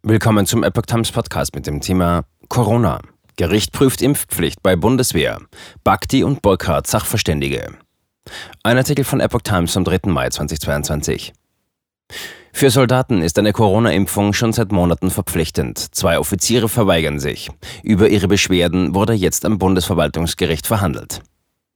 Willkommen zum Epoch Times Podcast mit dem Thema Corona. Gericht prüft Impfpflicht bei Bundeswehr. Bhakti und Burkhardt Sachverständige. Ein Artikel von Epoch Times vom 3. Mai 2022. Für Soldaten ist eine Corona-Impfung schon seit Monaten verpflichtend. 2 Offiziere verweigern sich. Über ihre Beschwerden wurde jetzt am Bundesverwaltungsgericht verhandelt.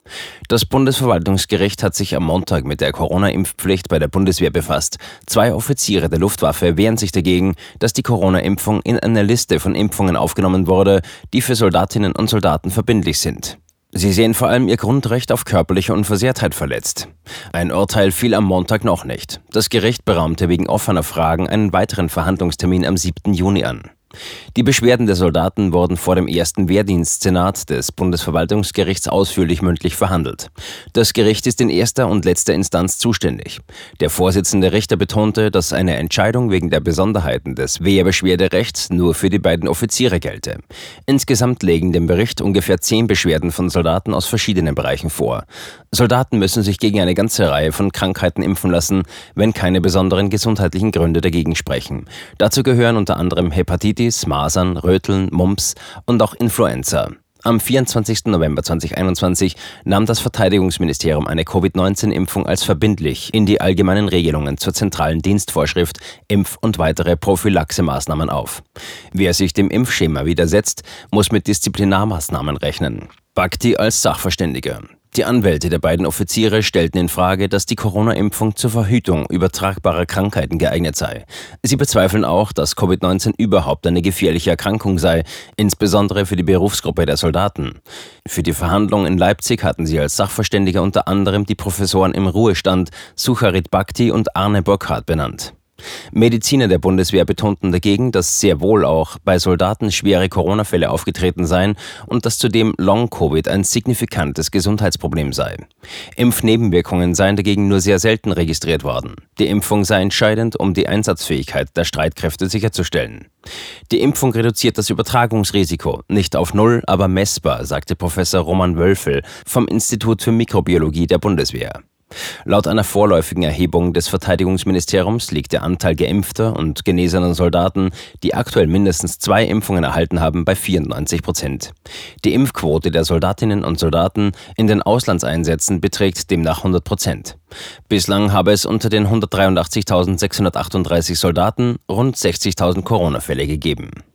Das Bundesverwaltungsgericht hat sich am Montag mit der Corona-Impfpflicht bei der Bundeswehr befasst. 2 Offiziere der Luftwaffe wehren sich dagegen, dass die Corona-Impfung in eine Liste von Impfungen aufgenommen wurde, die für Soldatinnen und Soldaten verbindlich sind. Sie sehen vor allem ihr Grundrecht auf körperliche Unversehrtheit verletzt. Ein Urteil fiel am Montag noch nicht. Das Gericht beraumte wegen offener Fragen einen weiteren Verhandlungstermin am 7. Juni an. Die Beschwerden der Soldaten wurden vor dem ersten Wehrdienstsenat des Bundesverwaltungsgerichts ausführlich mündlich verhandelt. Das Gericht ist in erster und letzter Instanz zuständig. Der Vorsitzende Richter betonte, dass eine Entscheidung wegen der Besonderheiten des Wehrbeschwerderechts nur für die beiden Offiziere gelte. Insgesamt legen dem Bericht ungefähr 10 Beschwerden von Soldaten aus verschiedenen Bereichen vor. Soldaten müssen sich gegen eine ganze Reihe von Krankheiten impfen lassen, wenn keine besonderen gesundheitlichen Gründe dagegen sprechen. Dazu gehören unter anderem Hepatitis, Masern, Röteln, Mumps und auch Influenza. Am 24. November 2021 nahm das Verteidigungsministerium eine Covid-19-Impfung als verbindlich in die allgemeinen Regelungen zur zentralen Dienstvorschrift Impf- und weitere Prophylaxemaßnahmen auf. Wer sich dem Impfschema widersetzt, muss mit Disziplinarmaßnahmen rechnen. Bhakti als Sachverständiger. Die Anwälte der beiden Offiziere stellten in Frage, dass die Corona-Impfung zur Verhütung übertragbarer Krankheiten geeignet sei. Sie bezweifeln auch, dass Covid-19 überhaupt eine gefährliche Erkrankung sei, insbesondere für die Berufsgruppe der Soldaten. Für die Verhandlungen in Leipzig hatten sie als Sachverständige unter anderem die Professoren im Ruhestand Sucharit Bhakti und Arne Burkhardt benannt. Mediziner der Bundeswehr betonten dagegen, dass sehr wohl auch bei Soldaten schwere Corona-Fälle aufgetreten seien und dass zudem Long-Covid ein signifikantes Gesundheitsproblem sei. Impfnebenwirkungen seien dagegen nur sehr selten registriert worden. Die Impfung sei entscheidend, um die Einsatzfähigkeit der Streitkräfte sicherzustellen. Die Impfung reduziert das Übertragungsrisiko, nicht auf null, aber messbar, sagte Professor Roman Wölfel vom Institut für Mikrobiologie der Bundeswehr. Laut einer vorläufigen Erhebung des Verteidigungsministeriums liegt der Anteil geimpfter und genesener Soldaten, die aktuell mindestens 2 Impfungen erhalten haben, bei 94%. Die Impfquote der Soldatinnen und Soldaten in den Auslandseinsätzen beträgt demnach 100%. Bislang habe es unter den 183.638 Soldaten rund 60.000 Corona-Fälle gegeben.